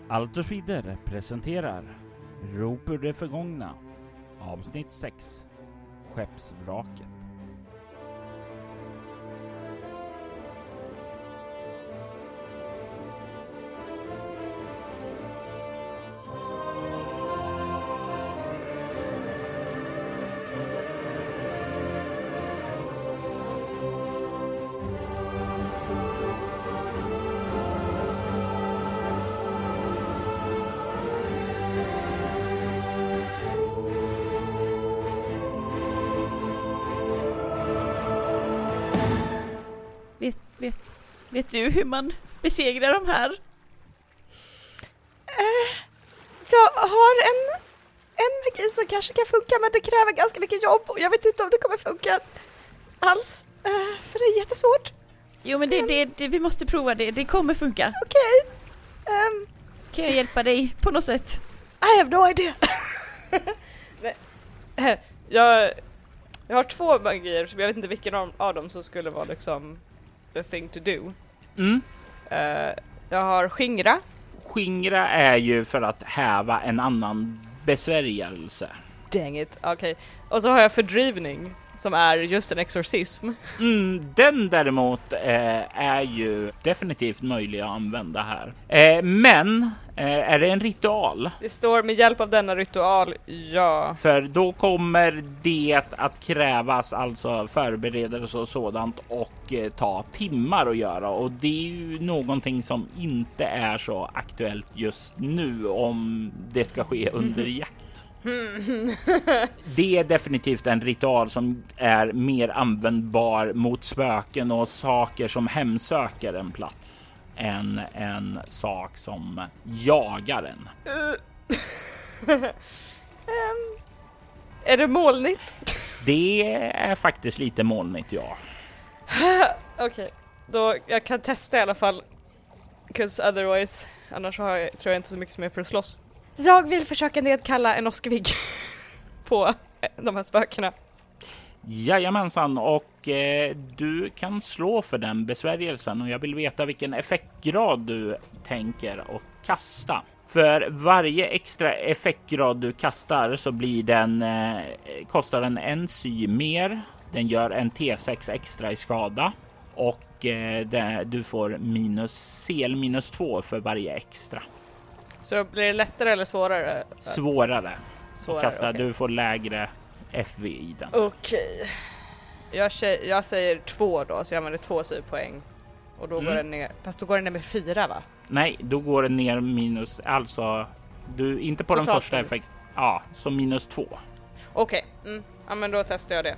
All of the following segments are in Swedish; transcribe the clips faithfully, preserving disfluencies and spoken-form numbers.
Altersvider presenterar Rop ur det förgångna, avsnitt sex, Skeppsvraket. Vet, vet, vet du hur man besegrar de här? Uh, jag har en, en magi som kanske kan funka, men det kräver ganska mycket jobb och jag vet inte om det kommer funka alls, uh, för det är jättesvårt. Jo, men det, um, det, det, vi måste prova det, det kommer funka. Okej. Okay. Um, kan jag hjälpa dig på något sätt? I have no idea. Nej, jag, jag har två magier, så jag vet inte vilken av, av dem som skulle vara liksom the thing to do. Mm. Uh, jag har skingra. Skingra är ju för att häva en annan besvärjelse. Dang it, okej. Okay. Och så har jag fördrivning, som är just en exorcism. Mm, den däremot eh, är ju definitivt möjlig att använda här. Eh, men eh, är det en ritual? Det står med hjälp av denna ritual, ja. För då kommer det att krävas alltså förberedelser och sådant och eh, ta timmar att göra. Och det är ju någonting som inte är så aktuellt just nu om det ska ske under jakt. Det är definitivt en ritual som är mer användbar mot spöken och saker som hemsöker en plats än en sak som jagar en. Uh. um, är det molnigt? Det är faktiskt lite molnigt, ja. Okej, okay. Då jag kan testa i alla fall. Because otherwise, annars har jag, tror jag inte så mycket som är för att slåss. Jag vill försöka nedkalla en åskvigg på de här spökena. Jajamensan, och eh, du kan slå för den besvärjelsen och jag vill veta vilken effektgrad du tänker och kasta. För varje extra effektgrad du kastar så blir den, eh, kostar den en sy mer. Den gör en T sex extra i skada och eh, det, du får minus C L minus två för varje extra. Så blir det lättare eller svårare? Svårare. Svårare kasta, okay. Du får lägre F V i den. Okej. Okay. Jag, jag säger två då, så jag använder två sypoäng. Och då mm. går den ner. Fast då går den ner med fyra, va? Nej, då går den ner minus. Alltså, du inte på totalt den första effekten. Ja, så minus två. Okej. Okay. Mm. Ja, men då testar jag det.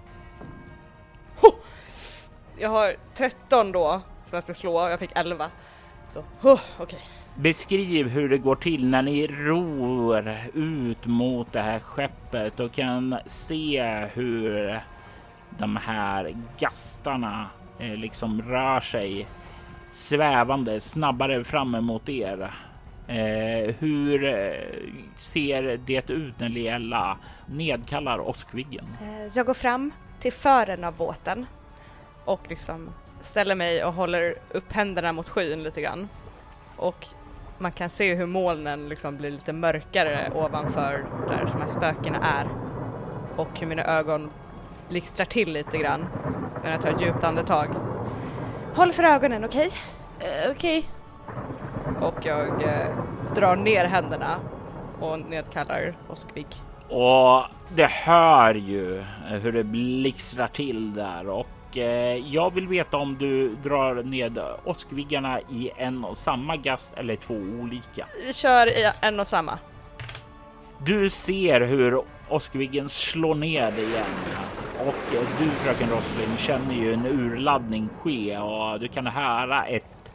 Ho! Jag har tretton då som jag ska slå. Jag fick elva. Så, oh, okej. Okay. Beskriv hur det går till när ni ror ut mot det här skeppet och kan se hur de här gastarna eh, liksom rör sig svävande snabbare fram emot er. Eh, hur eh, ser det ut när Liella nedkallar åskviggen? Jag går fram till fören av båten och liksom ställer mig och håller upp händerna mot skyn lite grann. Och man kan se hur molnen liksom blir lite mörkare ovanför där de här spökena är. Och hur mina ögon blixtrar till lite grann när jag tar ett djupt andetag. Håll för ögonen, okej? Okay? Uh, okej. Okay. Och jag eh, drar ner händerna och nedkallar åskvigg. Och det hör ju hur det blixtrar till där och jag vill veta om du drar ned åskviggarna i en och samma gast eller två olika. Vi kör i en och samma. Du ser hur åskviggen slår ner igen. Och du, fröken Roslin, känner ju en urladdning ske och du kan höra ett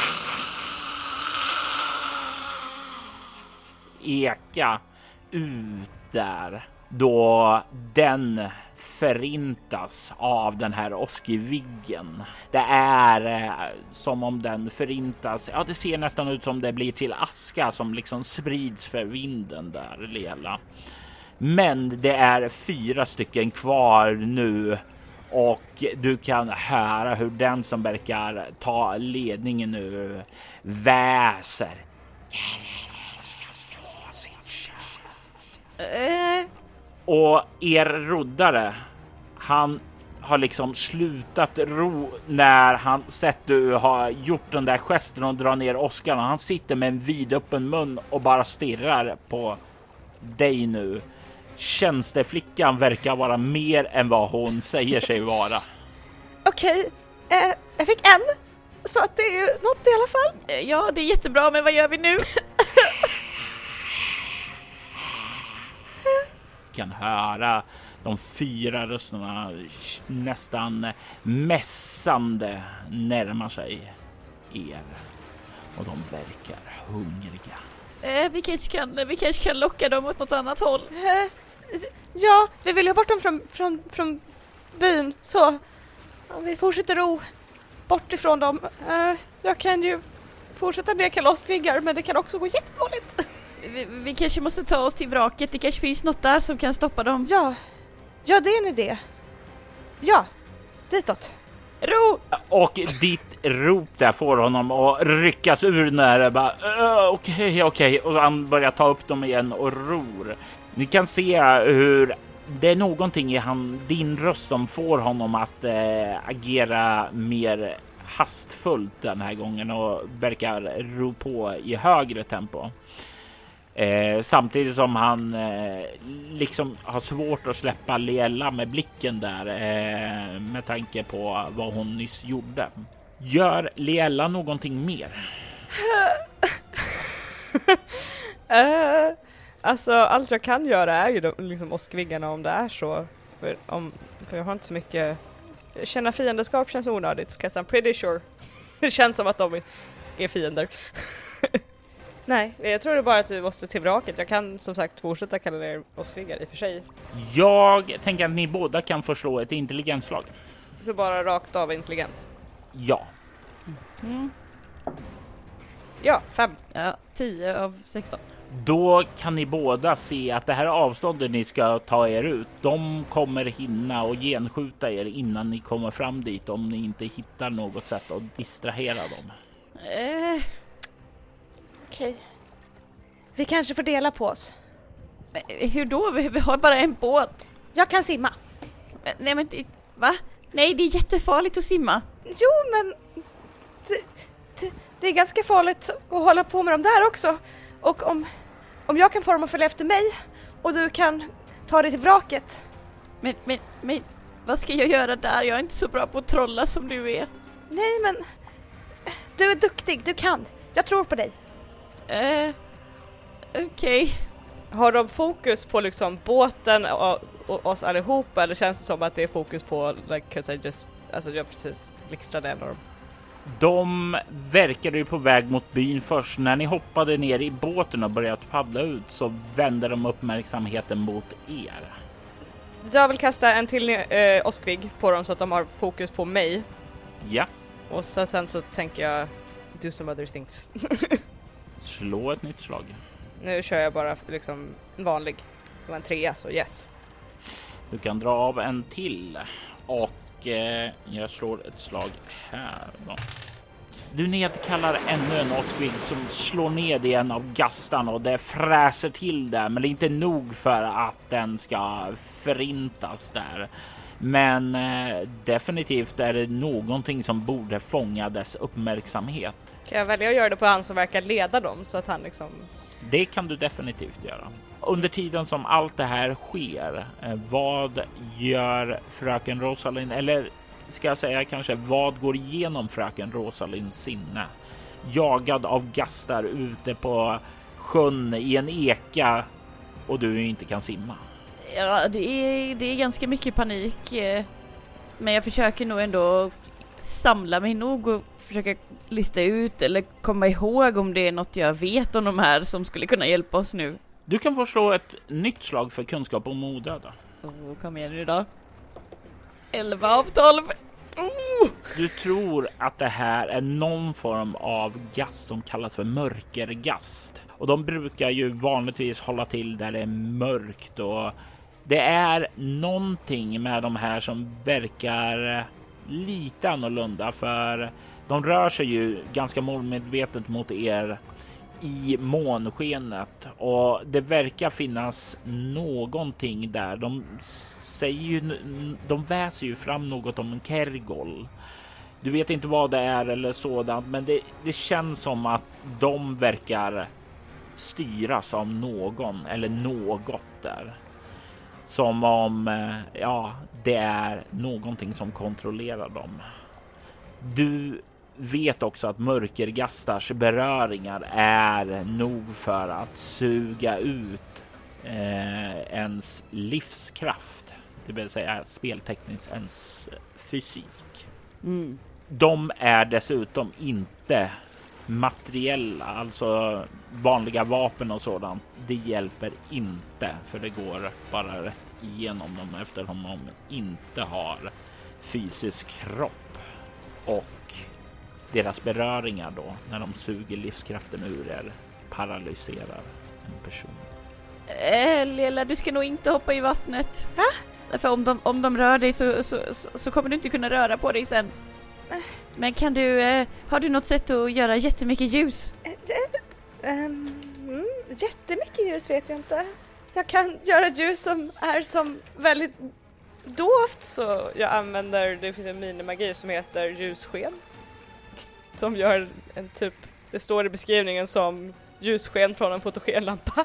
eka ut där då den förintas av den här åskviggen. Det är eh, som om den förintas. Ja, det ser nästan ut som det blir till aska som liksom sprids för vinden där, Liella. Men det är fyra stycken kvar nu och du kan höra hur den som verkar ta ledningen nu väser. Eh, Och er roddare, han har liksom slutat ro när han sett du har gjort den där gesten och drar ner Oskar. Han sitter med en vidöppen mun och bara stirrar på dig nu. Tjänsteflickan verkar vara mer än vad hon säger sig vara. Okej, eh, jag fick en. Så att det är ju något i alla fall. eh, ja, det är jättebra, men vad gör vi nu? Kan höra de fyra rösterna nästan mässande närmar sig er. Och de verkar hungriga. Eh, vi, kanske kan, vi kanske kan locka dem åt något annat håll. Eh, ja, vi vill ha bort dem från, från, från byn. Så om vi fortsätter ro bort ifrån dem. Eh, jag kan ju fortsätta leka loskviggar, men det kan också gå jättedåligt. Vi, vi kanske måste ta oss till vraket. Det kanske finns något där som kan stoppa dem. Ja, ja det är en idé. Ja, ditåt. Ro! Och ditt rop där får honom att ryckas ur när det bara okej, okej. Okay, okay. Och han börjar ta upp dem igen och ror. Ni kan se hur det är någonting i han, din röst som får honom att äh, agera mer hastfullt den här gången och verkar ro på i högre tempo. Eh, samtidigt som han eh, liksom har svårt att släppa Liella med blicken där eh, med tanke på vad hon nyss gjorde. Gör Liella någonting mer? uh, alltså allt jag kan göra är ju de, liksom åskviggarna om det är så. För, om, för jag har inte så mycket... Känna fiendeskap känns onödigt. Because I'm pretty sure. Det känns som att de är, är fiender. Nej, jag tror det bara att du måste till vraket. Jag kan som sagt fortsätta kalla er åskviggar i och för sig. Jag tänker att ni båda kan förslå ett intelligensslag. Så bara rakt av intelligens? Ja. Mm. Ja, fem. Ja, tio av sexton. Då kan ni båda se att det här avståndet ni ska ta er ut, de kommer hinna och genskjuta er innan ni kommer fram dit om ni inte hittar något sätt att distrahera dem. Eh, Okej. Vi kanske får dela på oss. hur då? Vi, vi har bara en båt. Jag kan simma. Eh, Nej men, det- va? Nej, det är jättefarligt att simma. Jo, men det, det, det är ganska farligt att hålla på med dem där också. Och om, om jag kan få dem att följa efter mig och du kan ta dig till vraket. Men, men, men, vad ska jag göra där? Jag är inte så bra på att trolla som du är. Nej, men du är duktig, du kan. Jag tror på dig. Eh, okej. Har de fokus på liksom båten och, och oss allihopa, eller känns det som att det är fokus på like, 'cause I just, alltså jag precis blixtrade en av dem? De verkade ju på väg mot byn först. När ni hoppade ner i båten och började paddla ut så vände de uppmärksamheten mot er. Jag vill kasta en till eh, åskvigg på dem så att de har fokus på mig. Ja, Och så, sen så tänker jag do some other things. slå ett nytt slag. Nu kör jag bara liksom vanlig. Det var en trea, så yes. Du kan dra av en till och eh, jag slår ett slag här då. Du nedkallar ännu en åskvigg som slår ned i en av gastarna och det fräser till där, men det är inte nog för att den ska förintas där. Men eh, definitivt är det någonting som borde fånga dess uppmärksamhet. Kan jag välja att göra det på han som verkar leda dem så att han liksom... Det kan du definitivt göra. Under tiden som allt det här sker, eh, vad gör fröken Rosalind, eller ska jag säga kanske, vad går igenom fröken Rosalinds sinne? Jagad av gastar ute på sjön i en eka och du inte kan simma. Ja, det är, det är ganska mycket panik. eh, Men jag försöker nog ändå samla mig nog och försöka lista ut eller komma ihåg om det är något jag vet om de här som skulle kunna hjälpa oss nu. Du kan få slå ett nytt slag för kunskap om odöda. Oh, kom igen nu då. elva av tolv. Oh! Du tror att det här är någon form av gast som kallas för mörkergast. Och de brukar ju vanligtvis hålla till där det är mörkt, och det är någonting med de här som verkar lite annorlunda, för de rör sig ju ganska målmedvetet mot er i månskenet och det verkar finnas någonting där. De säger ju, de väser ju fram något om en Kergol. Du vet inte vad det är eller sådant, men det, det känns som att de verkar styras av någon eller något där. Som om ja, det är någonting som kontrollerar dem. Du vet också att mörkergastars beröringar är nog för att suga ut eh, ens livskraft. Det vill säga speltekniskt ens fysik. Mm. De är dessutom inte materiella, alltså vanliga vapen och sådant. Det hjälper inte, för det går bara rätt igenom dem eftersom de inte har fysisk kropp. Och deras beröringar då, när de suger livskraften ur er, paralyserar en person. Äh, Lela, du ska nog inte hoppa i vattnet. Ha? Därför om de, om de rör dig så, så, så, så kommer du inte kunna röra på dig sen. Men kan du, eh, har du något sätt att göra jättemycket ljus? Um, mm, jättemycket ljus vet jag inte. Jag kan göra ett ljus som är som väldigt dovt, så jag använder, det finns en minimagi som heter ljussken. Som gör en typ, det står i beskrivningen som ljussken från en fotogenlampa.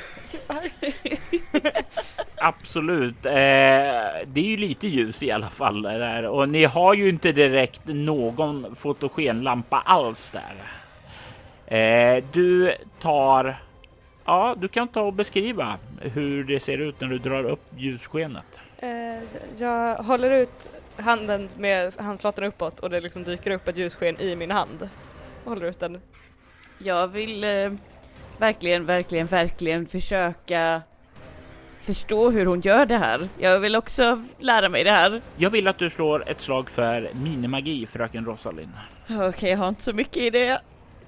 Absolut. Eh, det är ju lite ljus i alla fall där. Och ni har ju inte direkt någon fotogenlampa alls där. Eh, du tar... Ja, du kan ta och beskriva hur det ser ut när du drar upp ljusskenet. Eh, jag håller ut handen med handflatan uppåt och det liksom dyker upp ett ljussken i min hand. Jag håller ut den. Jag vill eh, verkligen, verkligen, verkligen försöka förstå hur hon gör det här. Jag vill också lära mig det här. Jag vill att du slår ett slag för minimagi, fröken Rosalind. Okej, okay, jag har inte så mycket i det.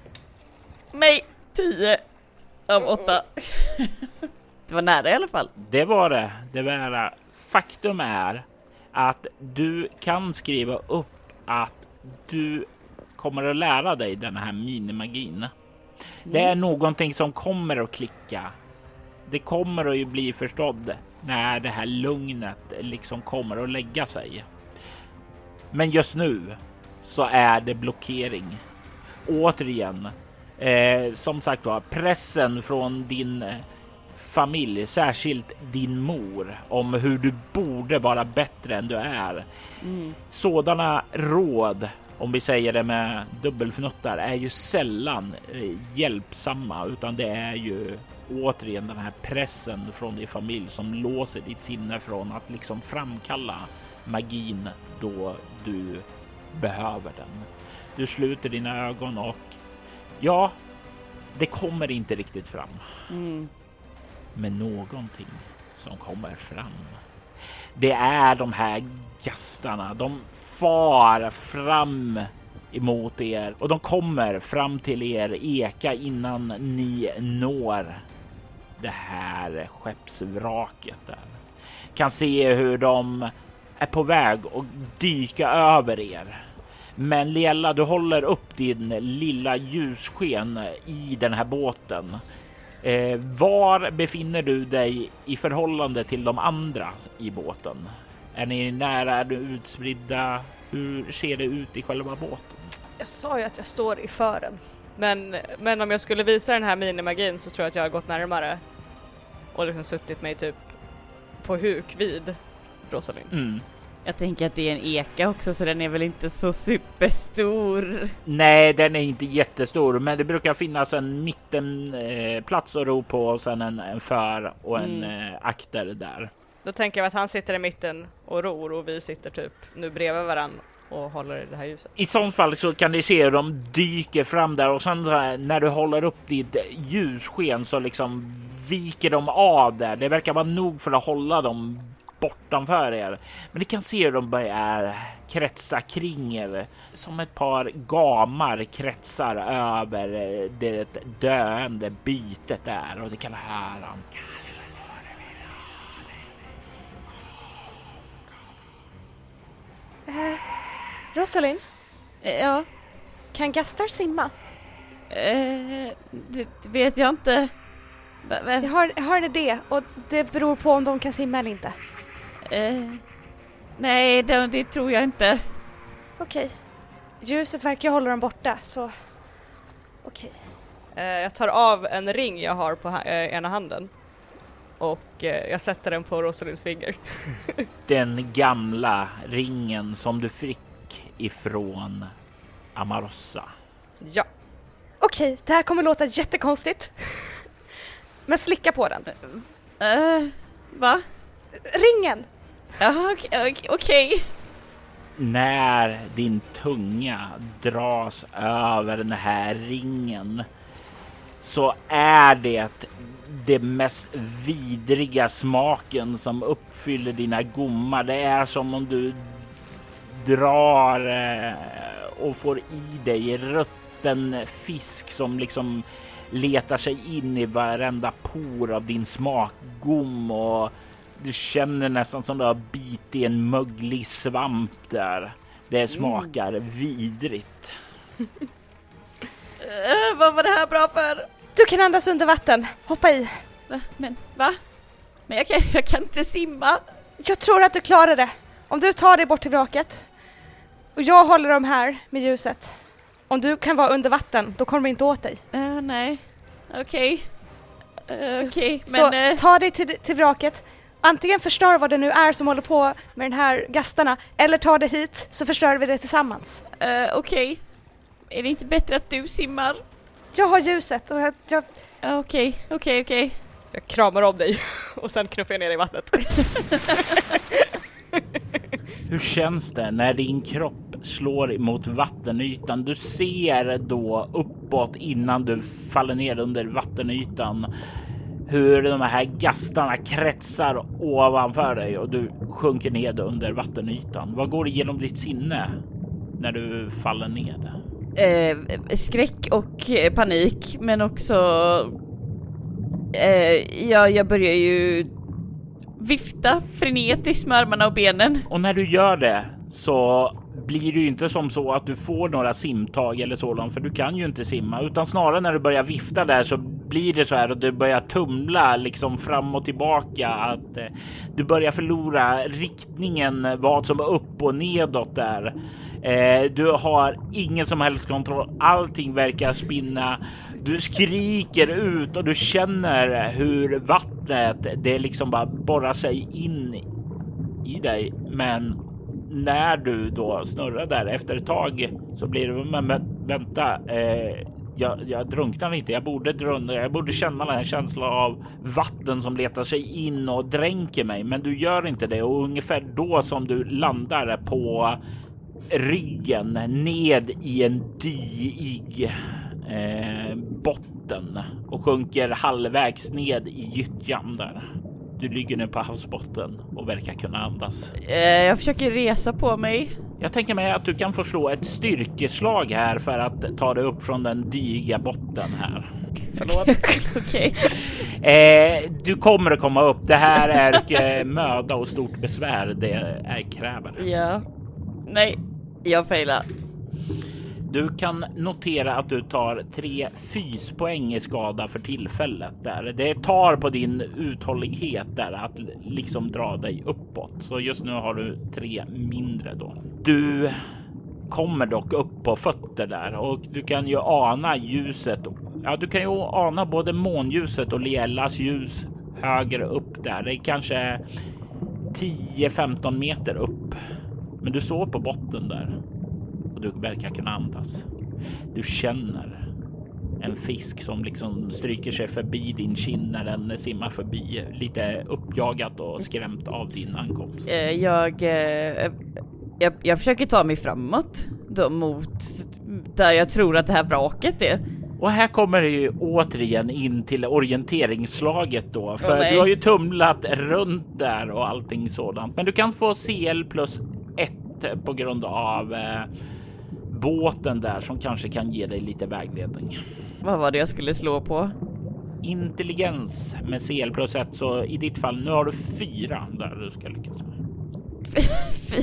Nej, tio av åtta. Det var nära i alla fall. Det var det. Det var faktum är att du kan skriva upp att du kommer att lära dig den här minimagin. Mm. Det är någonting som kommer att klicka. Det kommer att ju bli förstådd när det här lugnet liksom kommer att lägga sig. Men just nu så är det blockering. Återigen, eh, som sagt var, pressen från din eh, familj, särskilt din mor, om hur du borde vara bättre än du är. Mm. Sådana råd, om vi säger det med dubbelfnuttar, är ju sällan eh, hjälpsamma, utan det är ju återigen den här pressen från din familj som låser ditt sinne från att liksom framkalla magin då du behöver den. Du sluter dina ögon och ja, det kommer inte riktigt fram. Mm. Men någonting som kommer fram. Det är de här gastarna. De far fram emot er och de kommer fram till er eka innan ni når det här skeppsvraket där. Kan se hur de är på väg att dyka över er. Men Lela, du håller upp din lilla ljussken i den här båten. Eh, var befinner du dig i förhållande till de andra i båten? Är ni nära, är du utspridda? Hur ser det ut i själva båten? Jag sa ju att jag står i fören. Men, men om jag skulle visa den här minimagin så tror jag att jag har gått närmare. Och liksom suttit mig typ på huk vid Rosalind. Mm. Jag tänker att det är en eka också, så den är väl inte så superstor. Nej, den är inte jättestor, men det brukar finnas en mittenplats eh, att ro på och sen en, en för och en mm. eh, akter där. Då tänker jag att han sitter i mitten och ror och vi sitter typ nu bredvid varann och håller i det här ljuset. I sånt fall så kan ni se hur de dyker fram där och sen så här, när du håller upp ditt ljussken så liksom viker de av där. Det verkar vara nog för att hålla dem bortanför er. Men ni kan se hur de börjar kretsa kring er som ett par gamar kretsar över det döende bytet där och det kan höra. Eh, Rosalind? Ja? Kan gastar simma? Eh, det vet jag inte. Va, va? Jag har, jag har en idé och det beror på om de kan simma eller inte. Eh, nej, det, det tror jag inte. Okej. Ljuset verkar hålla dem borta, så... Okej. Eh, jag tar av en ring jag har på ha- eh, ena handen. Och eh, jag sätter den på Rosalinds finger. Den gamla ringen som du fick ifrån Amarossa. Ja. Okej, det här kommer låta jättekonstigt. Men slicka på den. Eh, va? Ringen! Jaha, okej. Okay, okay. När din tunga dras över den här ringen så är det det mest vidriga smaken som uppfyller dina gommar. Det är som om du drar eh, och får i dig rutten fisk som liksom letar sig in i varenda por av din smakgom, och du känner nästan som du har bit i en möglig svamp där. Det smakar mm. vidrigt. Uh, vad var det här bra för? Du kan andas under vatten. Hoppa i. Va? Men va? Men jag kan, jag kan inte simma. Jag tror att du klarar det. Om du tar dig bort till vraket och jag håller dem här med ljuset. Om du kan vara under vatten, då kommer vi inte åt dig. Uh, nej. Okej. Okay. Uh, Okej, okay. Så men... Uh... ta dig till, till vraket. Antingen förstör vad det nu är som håller på med den här gastarna, eller ta det hit så förstör vi det tillsammans. Uh, Okej. Okay. Är det inte bättre att du simmar? Jag har ljuset och jag... jag... Okej, okej, okej. Jag kramar om dig och sen knuffar jag ner i vattnet. Hur känns det när din kropp slår mot vattenytan? Du ser då uppåt innan du faller ner under vattenytan hur de här gastarna kretsar ovanför dig och du sjunker ned under vattenytan. Vad går igenom ditt sinne när du faller ned? Eh, skräck och eh, panik, men också eh, ja, jag börjar ju vifta frenetiskt med armarna och benen. Och när du gör det så blir det ju inte som så att du får några simtag eller sådant, för du kan ju inte simma, utan snarare när du börjar vifta där så blir det så här att du börjar tumla liksom fram och tillbaka, att eh, du börjar förlora riktningen, vad som är upp och nedåt där. Eh, du har ingen som helst kontroll, allting verkar spinna. Du skriker ut och du känner hur vattnet, det liksom bara borrar sig in i dig, men när du då snurrar där efter ett tag så blir det, men, men vänta, eh, jag, jag drunknar inte, jag borde drunkna, jag borde känna den här känslan av vatten som letar sig in och dränker mig, men du gör inte det, och ungefär då som du landar på ryggen ned i en dyig eh, botten och sjunker halvvägs ned i gyttjan där. Du ligger nu på havsbotten och verkar kunna andas. Eh, jag försöker resa på mig. Jag tänker mig att du kan få slå ett styrkeslag här för att ta dig upp från den dyga botten här. Förlåt. Okej. Eh, du kommer att komma upp. Det här är eh, möda och stort besvär det är kräver. Ja. Nej, jag failar. Du kan notera att du tar tre fyspoäng i skada för tillfället där. Det tar på din uthållighet där att liksom dra dig uppåt. Så just nu har du tre mindre då. Du kommer dock upp på fötter där och du kan ju ana ljuset. Ja, du kan ju ana både månljuset och Liellas ljus högre upp där. Det är kanske tio femton meter upp. Men du står på botten där. Du verkar kunna andas. Du känner en fisk som liksom stryker sig förbi din kind när den simmar förbi, lite uppjagat och skrämt av din ankomst. Jag, jag, jag försöker ta mig framåt då, mot där jag tror att det här vraket är. Och här kommer det ju återigen in till orienteringsslaget då. För oh, du har ju tumlat runt där och allting sådant. Men du kan få C L plus ett på grund av eh, båten där som kanske kan ge dig lite vägledning. Vad var det jag skulle slå på? Intelligens med C L plus ett, så i ditt fall nu har du fyra där du ska lyckas med.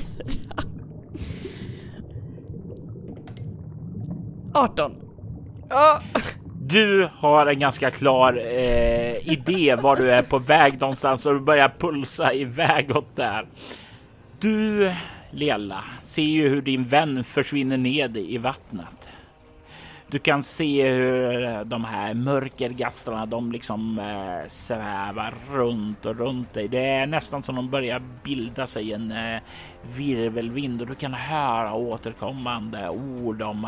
Fyra? arton. Oh. Du har en ganska klar eh, idé var du är på väg någonstans och du börjar pulsa iväg åt där. Du, Lela, ser ju hur din vän försvinner ned i vattnet. Du kan se hur de här mörkergastarna, de liksom eh, svävar runt och runt dig. Det är nästan som de börjar bilda sig en eh, virvelvind och du kan höra återkommande ord om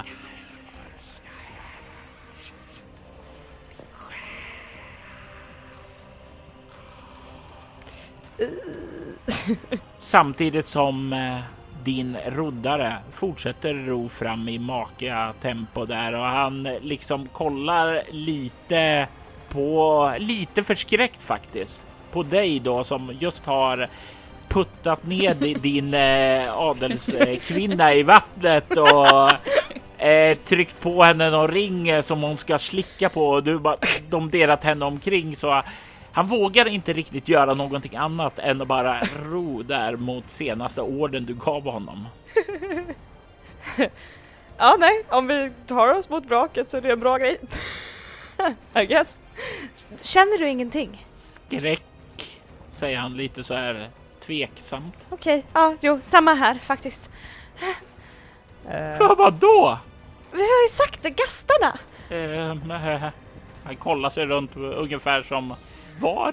samtidigt som eh, din roddare fortsätter ro fram i maka tempo där och han liksom kollar lite på lite förskräckt faktiskt på dig då som just har puttat ned din eh, adelskvinna i vattnet och eh, tryckt på henne någon ring som hon ska slicka på och du bara domderat henne omkring så han vågar inte riktigt göra någonting annat än att bara ro där mot senaste orden du gav honom. Ja, nej. Om vi tar oss mot vraket så är det en bra grej. I guess. Känner du ingenting? Skräck, säger han lite så här tveksamt. Okej, okay. Ja, jo, samma här faktiskt. För vad då? Vi har ju sagt det, gastarna. Uh, han kollar sig runt ungefär som var.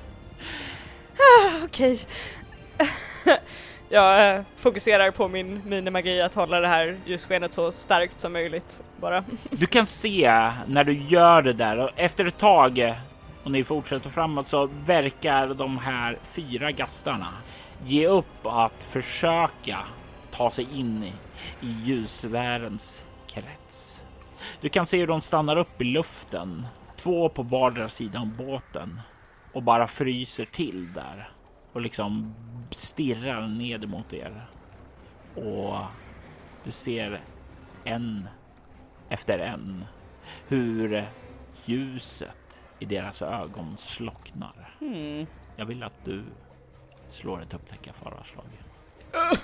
Ah, okej. Okay. Jag eh, fokuserar på min minimagi att hålla det här ljusskenet så starkt som möjligt bara. Du kan se när du gör det där och efter ett tag och ni fortsätter framåt så verkar de här fyra gastarna ge upp att försöka ta sig in i, i ljusvärldens krets. Du kan se hur de stannar upp i luften, två på vardera sidan båten och bara fryser till där och liksom stirrar ned mot er. Och du ser en efter en hur ljuset i deras ögon slocknar. Mm. Jag vill att du slår ett upptäcka fararslag. Åh!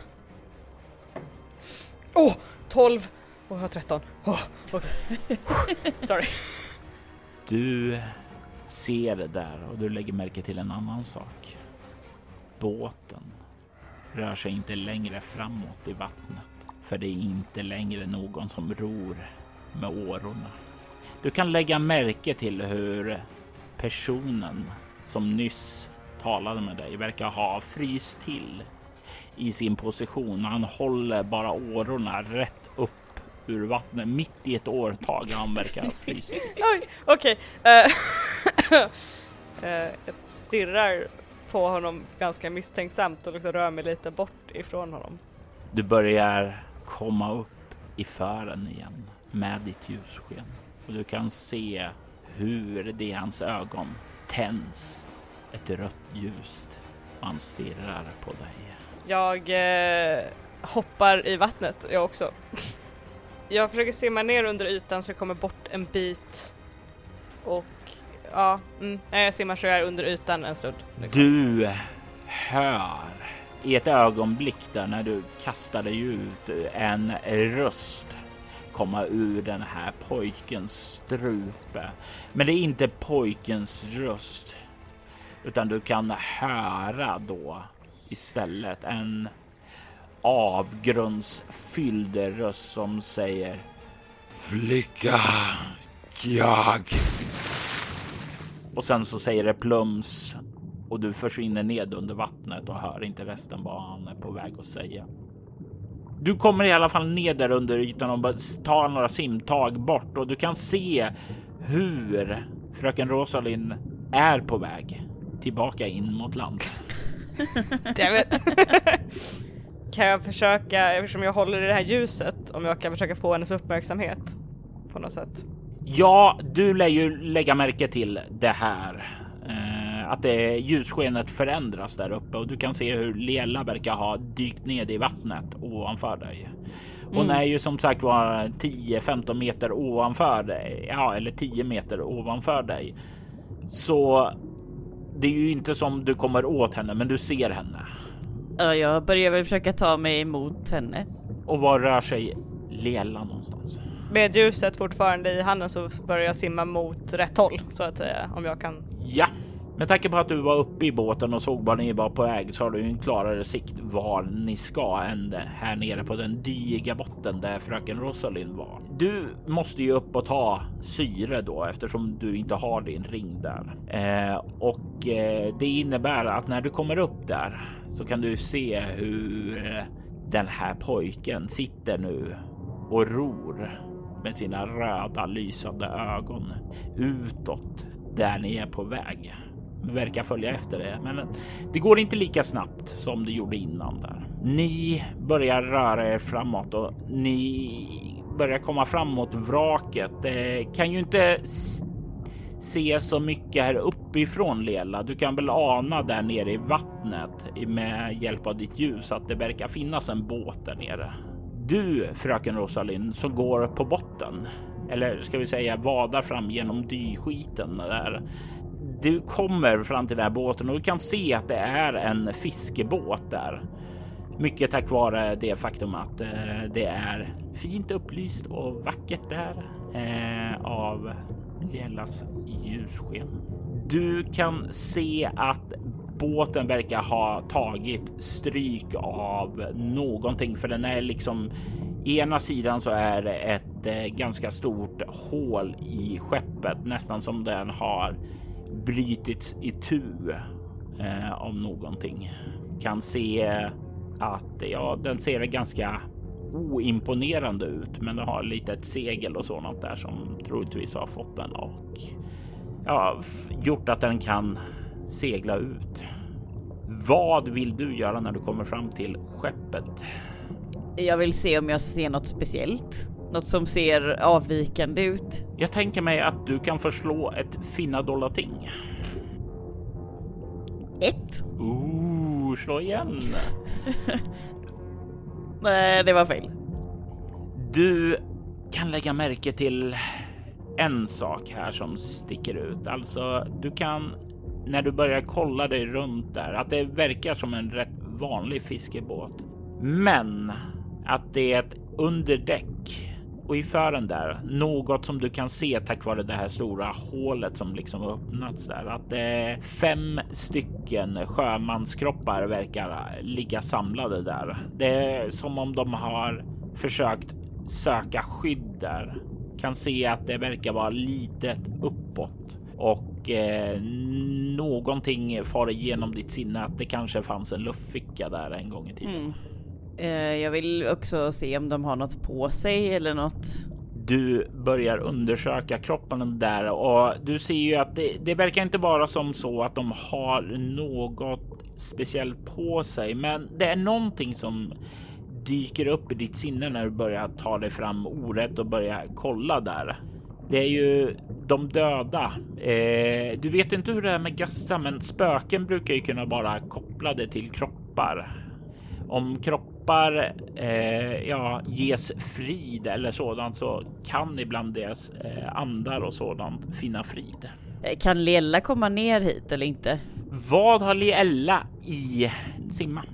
Uh. Oh, tolv! Och jag har tretton. Oh, okej. Okay. Sorry. Du ser det där och du lägger märke till en annan sak. Båten rör sig inte längre framåt i vattnet. För det är inte längre någon som ror med årorna. Du kan lägga märke till hur personen som nyss talade med dig verkar ha fryst till i sin position. Han håller bara årorna rätt upp ur vattnet. Mitt i ett årtag han verkar ha fryst. Oj, okej. Okay. Uh, uh, jag stirrar på honom ganska misstänksamt och liksom rör mig lite bort ifrån honom. Du börjar komma upp i fören igen med ditt ljussken. Och du kan se hur det i hans ögon tänds ett rött ljus. Han stirrar på dig. Jag eh, hoppar i vattnet, jag också. Jag försöker simma ner under ytan så jag kommer bort en bit. Och ja, mm, jag simmar så jag är under ytan en stund. Liksom. Du hör i ett ögonblick där när du kastar dig ut en röst komma ur den här pojkens strupe. Men det är inte pojkens röst. Utan du kan höra då istället en avgrundsfylld röst som säger: Flicka, jag. Och sen så säger det plums och du försvinner ned under vattnet och hör inte resten vad han är på väg att säga. Du kommer i alla fall ner där under ytan och bara tar några simtag bort och du kan se hur fröken Rosalind är på väg tillbaka in mot land. Jag vet. Kan jag försöka, eftersom jag håller i det här ljuset, om jag kan försöka få hennes uppmärksamhet på något sätt? Ja, du lär ju lägga märke till det här. Eh, att det ljusskenet förändras där uppe och du kan se hur Lela verkar ha dykt ned i vattnet ovanför dig. Hon mm. är ju som sagt var tio femton meter ovanför dig. Ja, eller tio meter ovanför dig. Så det är ju inte som du kommer åt henne, men du ser henne. Ja, jag börjar väl försöka ta mig emot henne. Och var rör sig Lela någonstans? med ljuset fortfarande i handen så börjar jag simma mot rätt håll så att säga, om jag kan. Ja, med tanke på att du var uppe i båten och såg var ni var på väg så har du ju en klarare sikt var ni ska än här nere på den diga botten där fröken Rosalind var. Du måste ju upp och ta syre då eftersom du inte har din ring där. Eh, och eh, det innebär att när du kommer upp där så kan du se hur den här pojken sitter nu och ror med sina röda lysande ögon utåt där ni är på väg. Verkar följa efter det, men det går inte lika snabbt som det gjorde innan där. Ni börjar röra er framåt och ni börjar komma framåt vraket. Det kan ju inte se så mycket här uppifrån, Lela. Du kan väl ana där nere i vattnet med hjälp av ditt ljus att det verkar finnas en båt där nere. Du, fröken Rosalind, som går på botten, eller ska vi säga vadar fram genom dyskiten där. Du kommer fram till den här båten och du kan se att det är en fiskebåt där. Mycket tack vare det faktum att eh, det är fint upplyst och vackert där eh, av Lielas ljussken. Du kan se att båten verkar ha tagit stryk av någonting, för den är liksom ena sidan så är det ett eh, ganska stort hål i skeppet, nästan som den har brytits i tu eh, av någonting. Kan se att ja, den ser ganska oimponerande ut, men det har lite ett segel och sådant där som troligtvis har fått den och ja, gjort att den kan segla ut. Vad vill du göra när du kommer fram till skeppet? Jag vill se om jag ser något speciellt. Något som ser avvikande ut. Jag tänker mig att du kan förslå ett finna dolda ting. Ett. Ooh, slå igen. Nej, det var fel. Du kan lägga märke till en sak här som sticker ut. Alltså, du kan när du börjar kolla dig runt där att det verkar som en rätt vanlig fiskebåt. Men att det är ett underdäck och i fören där något som du kan se tack vare det här stora hålet som liksom öppnats där, att det är fem stycken sjömanskroppar verkar ligga samlade där. Det är som om de har försökt söka skydd där. Kan se att det verkar vara litet uppåt och eh, någonting far igenom ditt sinne att det kanske fanns en luftficka där en gång i tiden. Mm. Eh, jag vill också se om de har något på sig eller något. Du börjar undersöka kroppen där och du ser ju att det, det verkar inte vara som så att de har något speciellt på sig, men det är någonting som dyker upp i ditt sinne när du börjar ta dig fram orätt och börja kolla där. Det är ju de döda. Eh, du vet inte hur det är med Gasta, men spöken brukar ju kunna vara kopplade till kroppar. Om kroppar eh, ja, ges frid eller sådant så kan ibland deras eh, andar och sådant finna frid. Kan Liella komma ner hit eller inte? Vad har Liella i simma?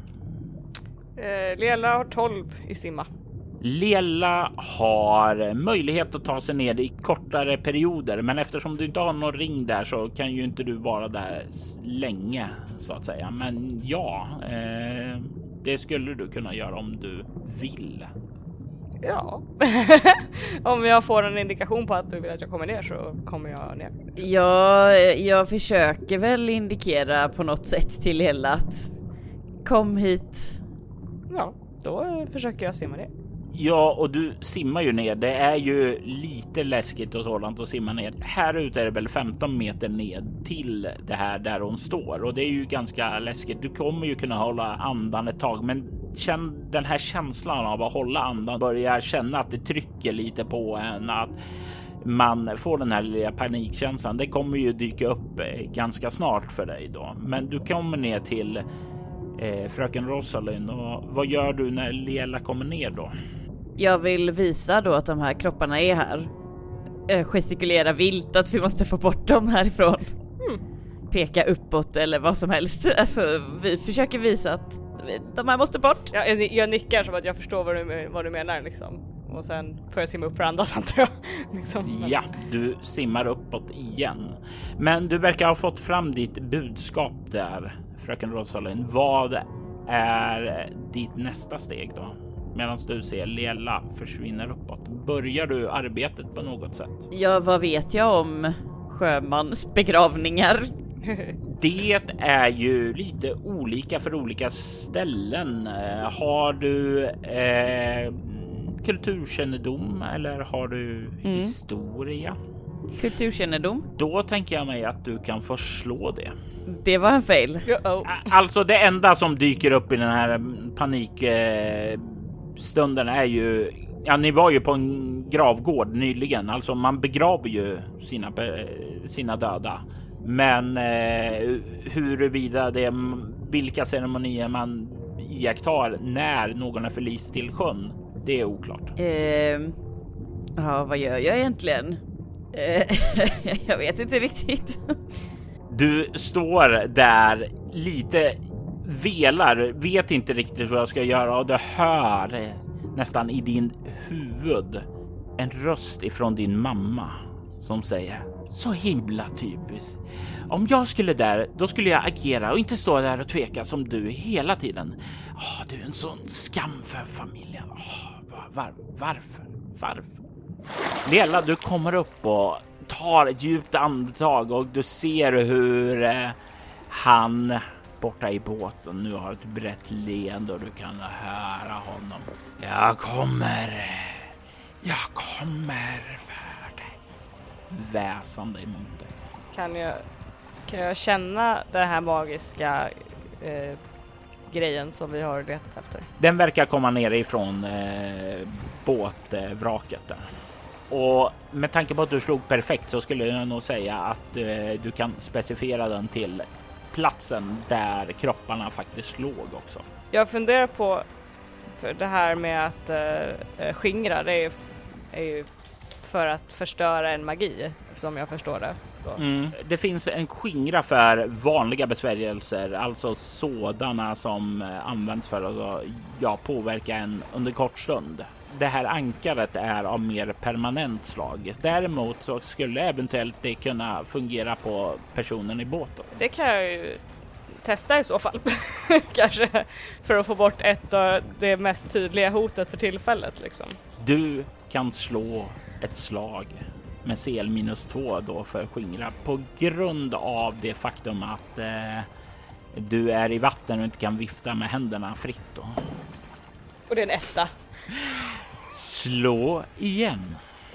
Eh, Liella har tolv i simma. Liella har möjlighet att ta sig ner i kortare perioder, men eftersom du inte har någon ring där så kan ju inte du vara där länge så att säga. Men ja, eh, det skulle du kunna göra om du vill. Ja, om jag får en indikation på att du vill att jag kommer ner så kommer jag ner. Jag, jag försöker väl indikera på något sätt till Liella att kom hit. Ja, då försöker jag simma ner. Ja, och du simmar ju ner. Det är ju lite läskigt och sådant att simma ner. Här ute är det väl femton meter ned till det här där hon står. Och det är ju ganska läskigt. Du kommer ju kunna hålla andan ett tag. Men känn den här känslan av att hålla andan. Börjar känna att det trycker lite på en. Att man får den här lilla panikkänslan. Det kommer ju dyka upp ganska snart för dig då. Men du kommer ner till eh, fröken Rosalind. Och vad gör du när Liella kommer ner då? Jag vill visa då att de här kropparna är här. Äh, gestikulera vilt att vi måste få bort dem härifrån. Mm. Peka uppåt eller vad som helst. Alltså, vi försöker visa att de här måste bort. Ja, jag, jag nickar som att jag förstår vad du, vad du menar liksom. Och sen får jag simma upp för andas, antar jag. liksom. Ja, du simmar uppåt igen. Men du verkar ha fått fram ditt budskap där, fröken Rosalind. Vad är ditt nästa steg då? Medan du ser Liella försvinner uppåt. Börjar du arbetet på något sätt? Ja, vad vet jag om sjömans begravningar? Det är ju lite olika för olika ställen. Har du eh, kulturkännedom eller har du mm. historia? Kulturkännedom. Då tänker jag mig att du kan få slå det. Det var en fail. Uh-oh. Alltså det enda som dyker upp i den här panikstunden är ju... Ja, ni var ju på en gravgård nyligen. Alltså man begraver ju sina, sina döda. Men eh, huruvida det är vilka ceremonier man iakttar när någon är förlist till sjön, det är oklart. Eh, ja, vad gör jag egentligen? Eh, jag vet inte riktigt. Du står där lite velar, vet inte riktigt vad jag ska göra och du hör nästan i din huvud en röst ifrån din mamma som säger: så himla typiskt. Om jag skulle där, då skulle jag agera och inte stå där och tveka som du hela tiden. Åh, du är en sån skam för familjen. Åh, var, varför? Varför? Liella, du kommer upp och tar ett djupt andetag och du ser hur eh, han borta i båten nu har ett brett leende och du kan höra honom. Jag kommer. Jag kommer för dig. Väsande emot dig. Kan jag, kan jag känna den här magiska eh, grejen som vi har letat efter? Den verkar komma ner ifrån eh, båtvraket där. Och med tanke på att du slog perfekt så skulle jag nog säga att eh, du kan specificera den till platsen där kropparna faktiskt låg också. Jag funderar på, för det här med att eh, skingra, det är, är ju för att förstöra en magi, som jag förstår det. Mm. Det finns en skingra för vanliga besvärjelser, alltså sådana som används för att ja, påverka en under kort stund. Det här ankaret är av mer permanent slag. Däremot så skulle eventuellt det kunna fungera på personen i båten. Det kan jag ju testa i så fall. Kanske för att få bort ett av det mest tydliga hotet för tillfället. Liksom. Du kan slå ett slag med C L minus två då för skingra på grund av det faktum att eh, du är i vatten och inte kan vifta med händerna fritt då. Och det är en etta. Slå igen.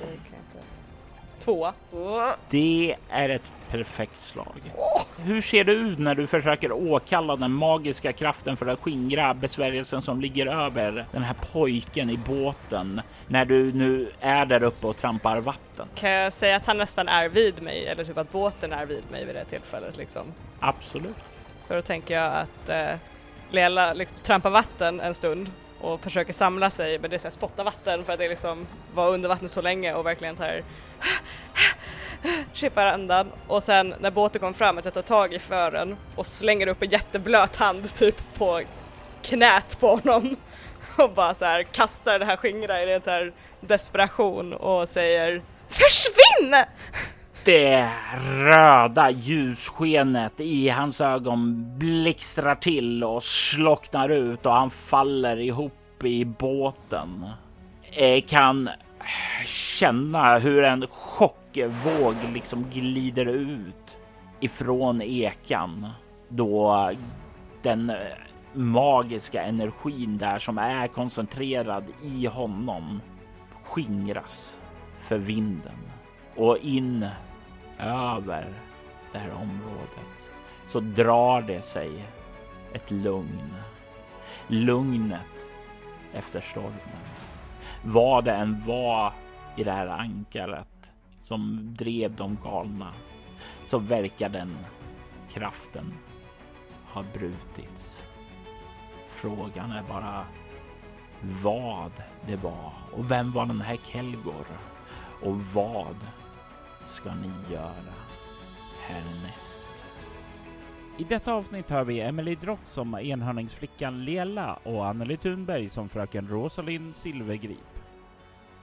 Två. Det är ett perfekt slag. Hur ser det ut när du försöker åkalla den magiska kraften för att skingra besvärjelsen som ligger över den här pojken i båten när du nu är där uppe och trampar vatten? Kan jag säga att han nästan är vid mig eller typ att båten är vid mig vid det tillfället liksom? Absolut. För då tänker jag att eh, Liella liksom trampar vatten en stund och försöker samla sig, men det är så här, spotta vatten för att det liksom var under vattnet så länge och verkligen så här chippar andan. Och sen när båten kom fram att jag tar tag i fören och slänger upp en jätteblöt hand typ på knät på honom och bara så här kastar det här skingra i det här desperation och säger: försvinn! Det röda ljusskenet i hans ögon blixtrar till och slocknar ut och han faller ihop i båten. Jag kan känna hur en chockvåg liksom glider ut ifrån ekan då den magiska energin där som är koncentrerad i honom skingras för vinden och in över det här området så drar det sig ett lugn. Lugnet efter stormen. Vad det än var i det här ankaret som drev de galna så verkar den kraften ha brutits. Frågan är bara vad det var och vem var den här Kelgor och vad ska ni göra härnäst? I detta avsnitt har vi Emily Drott som enhörningsflickan Liella och Anneli Thunberg som fröken Rosalind Silvergrip.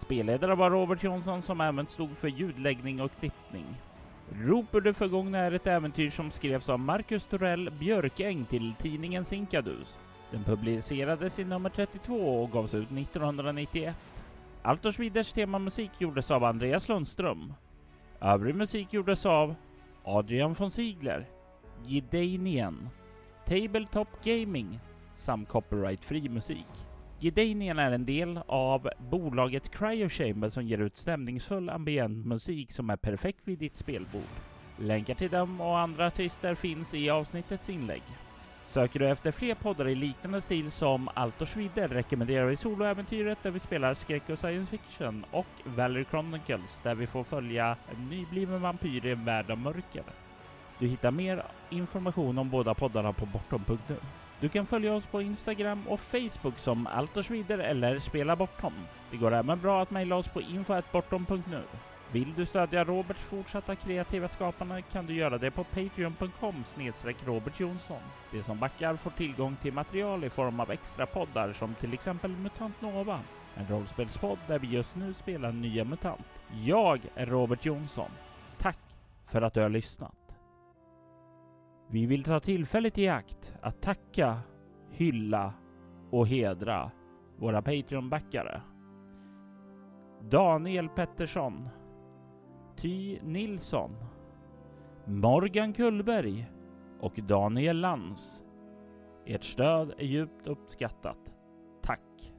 Spelledare var Robert Jonsson som även stod för ljudläggning och klippning. Rop ur det förgångna är ett äventyr som skrevs av Marcus Torell Björkäng till tidningen Sinkadus. Den publicerades i nummer trettiotvå och gavs ut nittonhundranittioett. Altors Viders temamusik gjordes av Andreas Lundström. Övrig musik gjordes av Adrian von Ziegler, Gideonien, Tabletop Gaming samt copyright-fri musik. Gideonien är en del av bolaget Cryo Chamber som ger ut stämningsfull ambient musik som är perfekt vid ditt spelbord. Länkar till dem och andra artister finns i avsnittets inlägg. Söker du efter fler poddar i liknande stil som Altors Vidder rekommenderar vi soloäventyret där vi spelar skräck och science fiction och Valerie Chronicles där vi får följa en nybliven vampyr i en värld av mörker. Du hittar mer information om båda poddarna på bortom punkt nu. Du kan följa oss på Instagram och Facebook som Altors Vidder eller Spela Bortom. Det går även bra att mejla oss på info at bortom punkt nu. Vill du stödja Roberts fortsatta kreativa skapande kan du göra det på patreon punkt com snedstreck Robert Jonsson. De som backar får tillgång till material i form av extra poddar som till exempel Mutant Nova, en rollspelspodd där vi just nu spelar nya MUTANT. Jag är Robert Jonsson. Tack för att du har lyssnat. Vi vill ta tillfället i akt att tacka, hylla och hedra våra Patreon-backare. Daniel Pettersson, Ty Nilsson, Morgan Kullberg och Daniel Lantz. Ert stöd är djupt uppskattat. Tack!